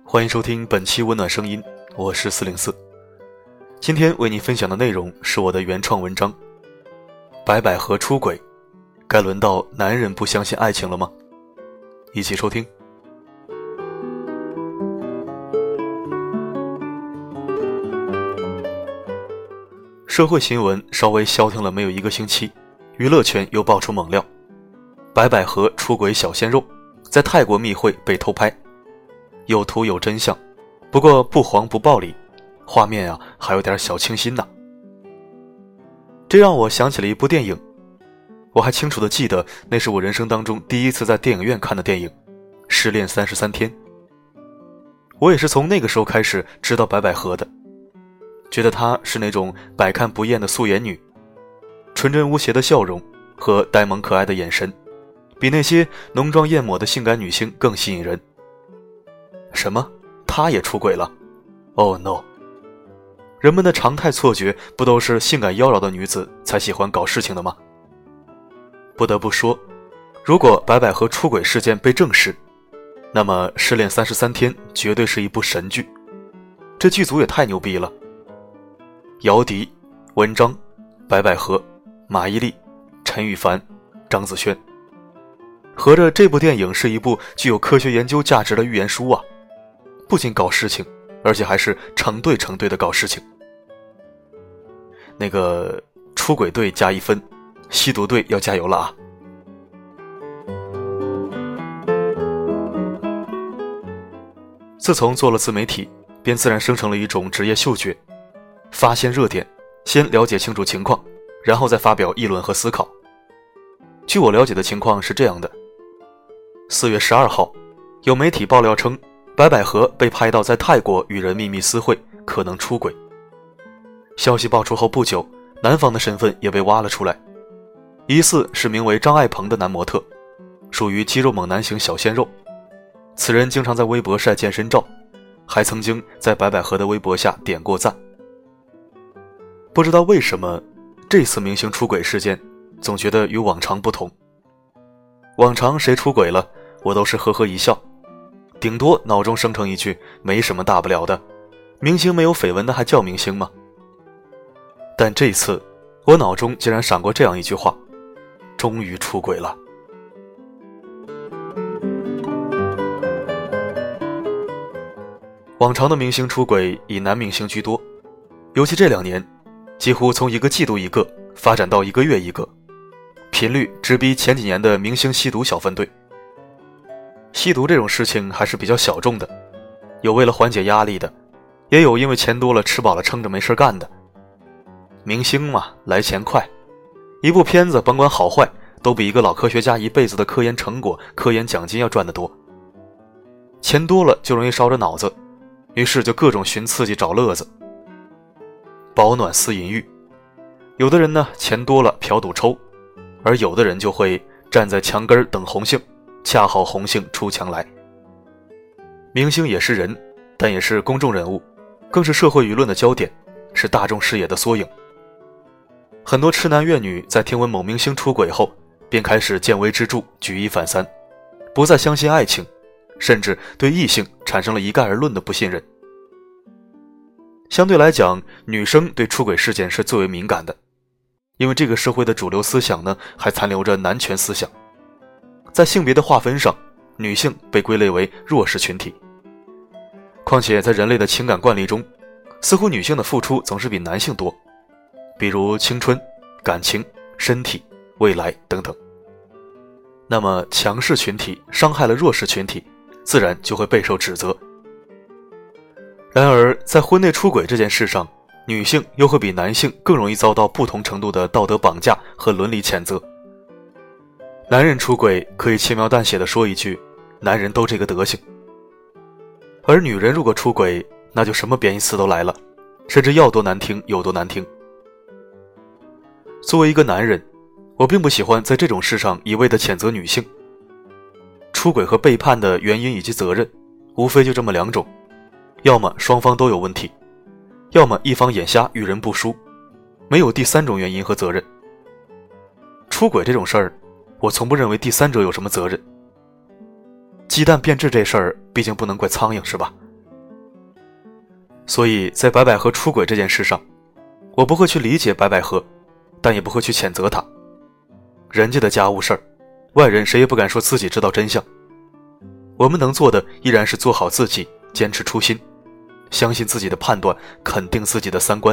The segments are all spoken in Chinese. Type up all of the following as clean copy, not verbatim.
欢迎收听本期温暖声音，我是404。今天为你分享的内容是我的原创文章。白百合出轨，该轮到男人不相信爱情了吗？一起收听。社会新闻稍微消停了没有1个星期，娱乐圈又爆出猛料，白百合出轨小鲜肉，在泰国密会被偷拍，有图有真相，不过不黄不暴力，画面还有点小清新呢。这让我想起了一部电影，我还清楚地记得那是我人生当中第一次在电影院看的电影《失恋33天》。我也是从那个时候开始知道白百合的，觉得她是那种百看不厌的素颜女，纯真无邪的笑容和呆萌可爱的眼神，比那些浓妆艳抹的性感女星更吸引人。什么？她也出轨了？ Oh no！ 人们的常态错觉不都是性感妖娆的女子才喜欢搞事情的吗？不得不说，如果白百合出轨事件被证实，那么《失恋33天》绝对是一部神剧。这剧组也太牛逼了，姚笛、文章、白百合、马伊琍、陈羽凡、张子萱，合着这部电影是一部具有科学研究价值的预言书啊！不仅搞事情，而且还是成对成对的搞事情。那个出轨队加1分，吸毒队要加油了啊！自从做了自媒体，便自然生成了一种职业嗅觉，发现热点，先了解清楚情况，然后再发表议论和思考。据我了解的情况是这样的：4月12号，有媒体爆料称，白百合被拍到在泰国与人秘密私会，可能出轨。消息爆出后不久，男方的身份也被挖了出来，疑似是名为张爱鹏的男模特，属于肌肉猛男型小鲜肉。此人经常在微博晒健身照，还曾经在白百合的微博下点过赞。不知道为什么，这次明星出轨事件总觉得与往常不同。往常谁出轨了，我都是呵呵一笑，顶多脑中生成一句没什么大不了的，明星没有绯闻的还叫明星吗？但这次我脑中竟然闪过这样一句话：终于出轨了。往常的明星出轨以男明星居多，尤其这2年，几乎从1个季度一个发展到1个月一个，频率直逼前几年的明星吸毒小分队。吸毒这种事情还是比较小众的，有为了缓解压力的，也有因为钱多了吃饱了撑着没事干的。明星嘛，来钱快，一部片子甭管好坏，都比一个老科学家一辈子的科研成果、科研奖金要赚得多。钱多了就容易烧着脑子，于是就各种寻刺激找乐子，保暖思淫欲。有的人呢，钱多了嫖赌抽，而有的人就会站在墙根等红杏，恰好红杏出墙来。明星也是人，但也是公众人物，更是社会舆论的焦点，是大众视野的缩影。很多痴男怨女在听闻某明星出轨后，便开始见微知著，举一反三，不再相信爱情，甚至对异性产生了一概而论的不信任。相对来讲，女生对出轨事件是最为敏感的，因为这个社会的主流思想呢，还残留着男权思想。在性别的划分上，女性被归类为弱势群体。况且在人类的情感惯例中，似乎女性的付出总是比男性多，比如青春、感情、身体、未来等等。那么强势群体伤害了弱势群体，自然就会备受指责。然而在婚内出轨这件事上，女性又会比男性更容易遭到不同程度的道德绑架和伦理谴责。男人出轨可以轻描淡写地说一句，男人都这个德行。而女人如果出轨，那就什么贬义词都来了，甚至要多难听有多难听。作为一个男人，我并不喜欢在这种事上一味地谴责女性。出轨和背叛的原因以及责任，无非就这么2种，要么双方都有问题，要么一方眼瞎遇人不淑，没有第3种原因和责任。出轨这种事儿，我从不认为第3者有什么责任。鸡蛋变质这事儿，毕竟不能怪苍蝇，是吧？ 所以在白百合出轨这件事上，我不会去理解白百合，但也不会去谴责她。人家的家务事儿，外人谁也不敢说自己知道真相。我们能做的依然是做好自己，坚持初心，相信自己的判断，肯定自己的三观。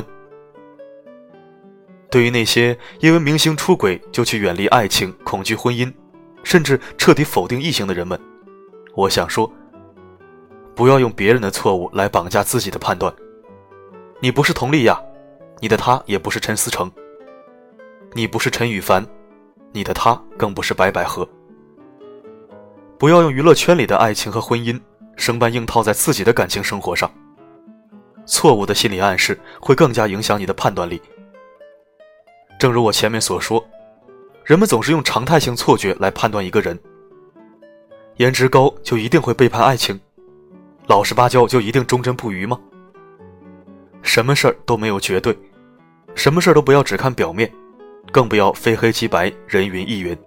对于那些因为明星出轨就去远离爱情、恐惧婚姻，甚至彻底否定异性的人们，我想说，不要用别人的错误来绑架自己的判断。你不是佟丽娅，你的他也不是陈思诚，你不是陈羽凡，你的他更不是白百合。不要用娱乐圈里的爱情和婚姻生搬硬套在自己的感情生活上，错误的心理暗示会更加影响你的判断力。正如我前面所说，人们总是用常态性错觉来判断一个人。颜值高就一定会背叛爱情？老实巴交就一定忠贞不渝吗？什么事儿都没有绝对，什么事儿都不要只看表面，更不要非黑即白，人云亦云。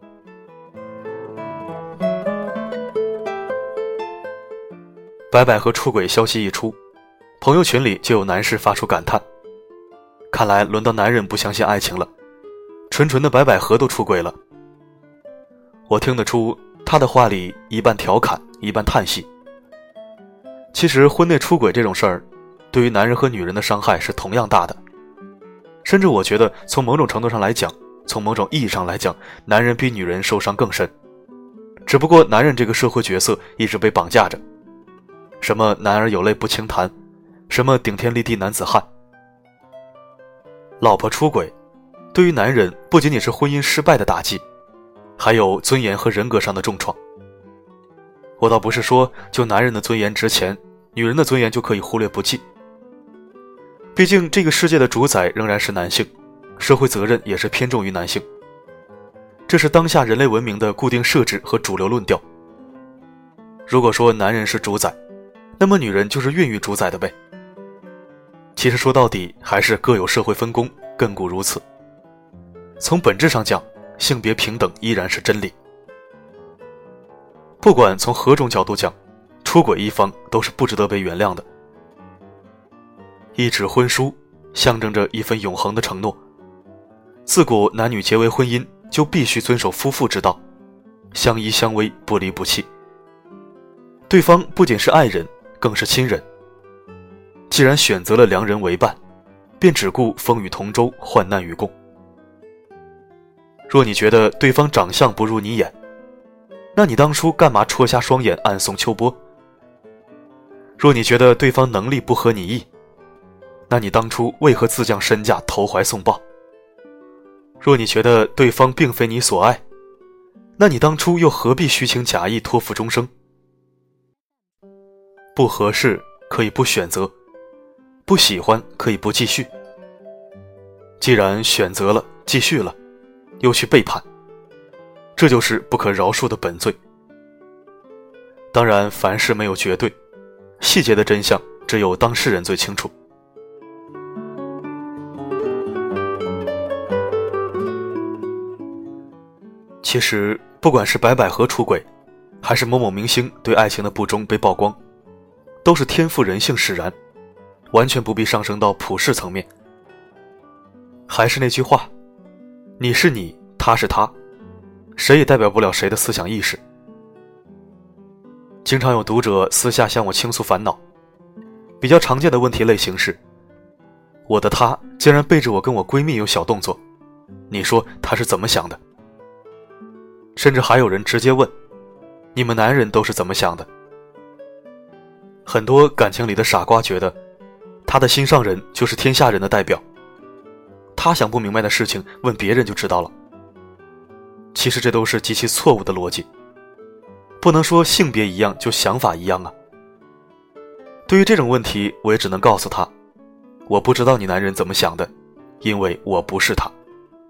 白百合出轨消息一出，朋友群里就有男士发出感叹，看来轮到男人不相信爱情了，纯纯的白百合都出轨了。我听得出他的话里一半调侃，一半叹息。其实婚内出轨这种事儿，对于男人和女人的伤害是同样大的，甚至我觉得从某种程度上来讲，从某种意义上来讲，男人比女人受伤更深。只不过男人这个社会角色一直被绑架着，什么男儿有泪不轻弹，什么顶天立地男子汉。老婆出轨对于男人不仅仅是婚姻失败的打击，还有尊严和人格上的重创。我倒不是说就男人的尊严值钱，女人的尊严就可以忽略不计。毕竟这个世界的主宰仍然是男性，社会责任也是偏重于男性，这是当下人类文明的固定设置和主流论调。如果说男人是主宰，那么女人就是孕育主宰的呗。其实说到底还是各有社会分工，亘古如此。从本质上讲，性别平等依然是真理。不管从何种角度讲，出轨一方都是不值得被原谅的。一纸婚书象征着一份永恒的承诺，自古男女结为婚姻就必须遵守夫妇之道，相依相偎，不离不弃。对方不仅是爱人，更是亲人。既然选择了良人为伴，便只顾风雨同舟，患难与共。若你觉得对方长相不入你眼，那你当初干嘛戳瞎双眼暗送秋波？若你觉得对方能力不合你意，那你当初为何自降身价投怀送抱？若你觉得对方并非你所爱，那你当初又何必虚情假意托付终生？不合适可以不选择，不喜欢可以不继续。既然选择了，继续了，又去背叛，这就是不可饶恕的本罪。当然凡事没有绝对，细节的真相只有当事人最清楚。其实不管是白百合出轨，还是某某明星对爱情的不忠被曝光，都是天赋人性使然，完全不必上升到普世层面。还是那句话，你是你，他是他，谁也代表不了谁的思想意识。经常有读者私下向我倾诉烦恼，比较常见的问题类型是，我的他竟然背着我跟我闺蜜有小动作，你说他是怎么想的？甚至还有人直接问，你们男人都是怎么想的？很多感情里的傻瓜觉得，他的心上人就是天下人的代表，他想不明白的事情问别人就知道了。其实这都是极其错误的逻辑，不能说性别一样就想法一样啊。对于这种问题，我也只能告诉他，我不知道你男人怎么想的，因为我不是他。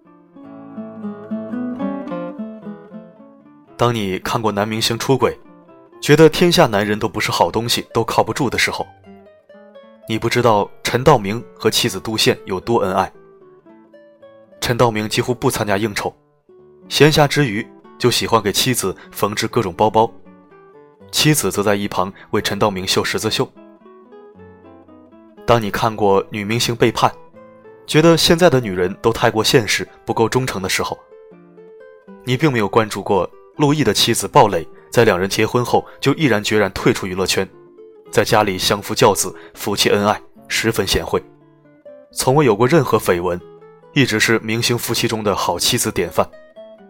当你看过男明星出轨，觉得天下男人都不是好东西，都靠不住的时候，你不知道陈道明和妻子杜宪有多恩爱。陈道明几乎不参加应酬，闲暇之余就喜欢给妻子缝制各种包包，妻子则在一旁为陈道明绣十字绣。 当你看过女明星背叛，觉得现在的女人都太过现实，不够忠诚的时候，你并没有关注过陆毅的妻子鲍蕾在2人结婚后就毅然决然退出娱乐圈，在家里相夫教子，夫妻恩爱，十分贤惠，从未有过任何绯闻，一直是明星夫妻中的好妻子典范。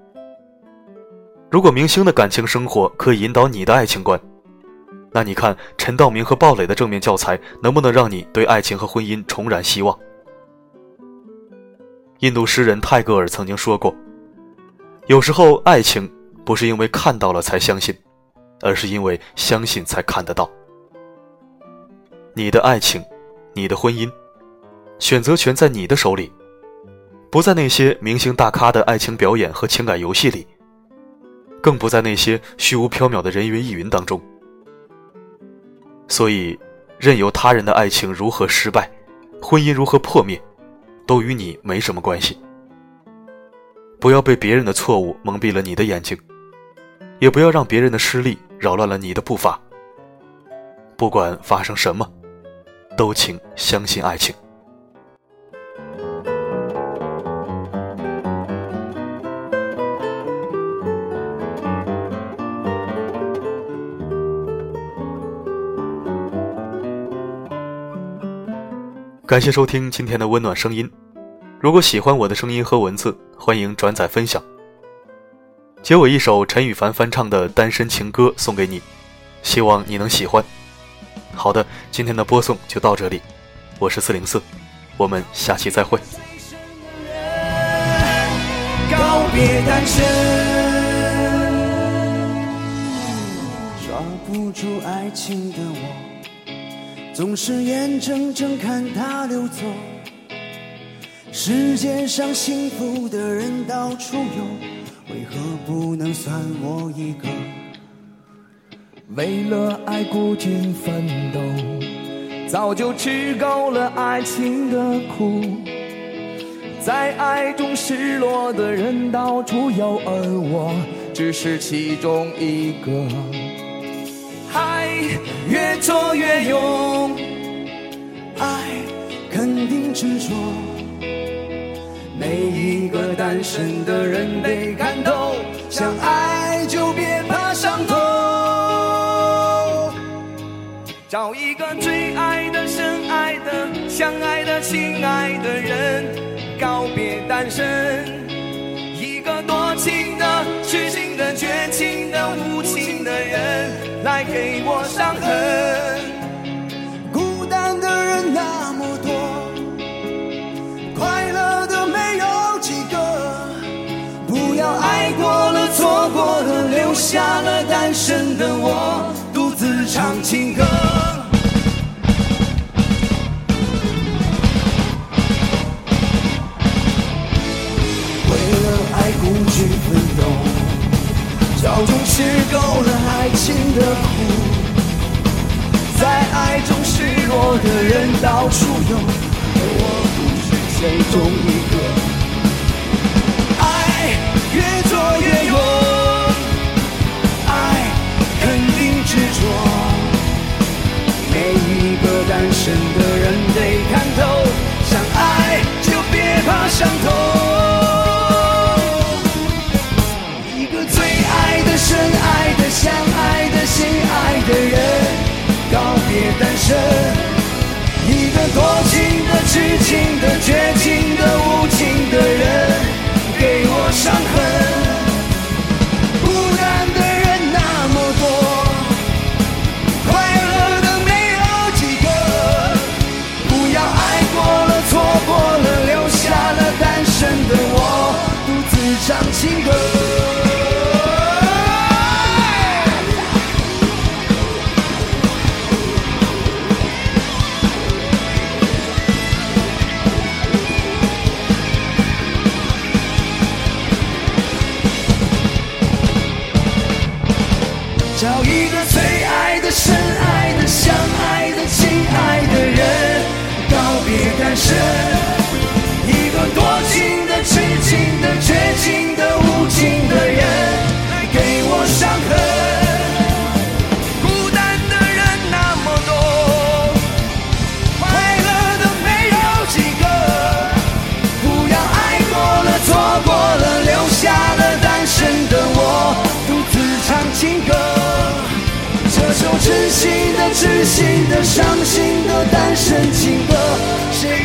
如果明星的感情生活可以引导你的爱情观，那你看陈道明和鲍蕾的正面教材能不能让你对爱情和婚姻重燃希望？印度诗人泰戈尔曾经说过，有时候爱情不是因为看到了才相信，而是因为相信才看得到。你的爱情，你的婚姻，选择权在你的手里，不在那些明星大咖的爱情表演和情感游戏里，更不在那些虚无缥缈的人云亦云当中。所以任由他人的爱情如何失败，婚姻如何破灭，都与你没什么关系。不要被别人的错误蒙蔽了你的眼睛，也不要让别人的失利扰乱了你的步伐。不管发生什么，都请相信爱情。感谢收听今天的温暖声音，如果喜欢我的声音和文字，欢迎转载分享。结尾一首陈羽凡翻唱的《单身情歌》送给你，希望你能喜欢。好的，今天的播送就到这里，我是404，我们下期再会。 告别单身，抓不住爱情的我，总是眼睁睁看它流走。世界上幸福的人到处有，为何不能算我一个？ 为了爱孤军奋斗，早就吃够了爱情的苦。在爱中失落的人到处有，而我只是其中一个。 爱越挫越勇，爱肯定执着。每一个单身的人得看透，想爱就别怕伤痛。 找一个最爱的、深爱的、相爱的、亲爱的人，告别单身。一个多情的、痴情的、绝情的、无情的人，来给我伤痕。 孤单的人那么多，快乐的没有几个。不要爱过了、错过了，留下了单身的我，独自唱情歌。孤军奋斗，早就吃够了爱情的苦。在爱中失落的人到处有，而我不是其中一个。爱越挫越勇，爱肯定执着。每一个单身的人得看透，想爱就别怕伤痛。深爱的、相爱的、心爱的人，告别单身。一个多情的、痴情的、绝情的、无情的人，给我伤痕。孤单的人那么多，快乐的没有几个。不要爱过了、错过了，留下了单身的我，独自唱情歌。找一个最爱的、深爱的、相爱的、亲爱的人，告别单身。一个多情的、痴情的、绝情的、无情的人，来给我伤痕。孤单的人那么多，快乐情歌。这首痴心的、伤心的单身情歌，谁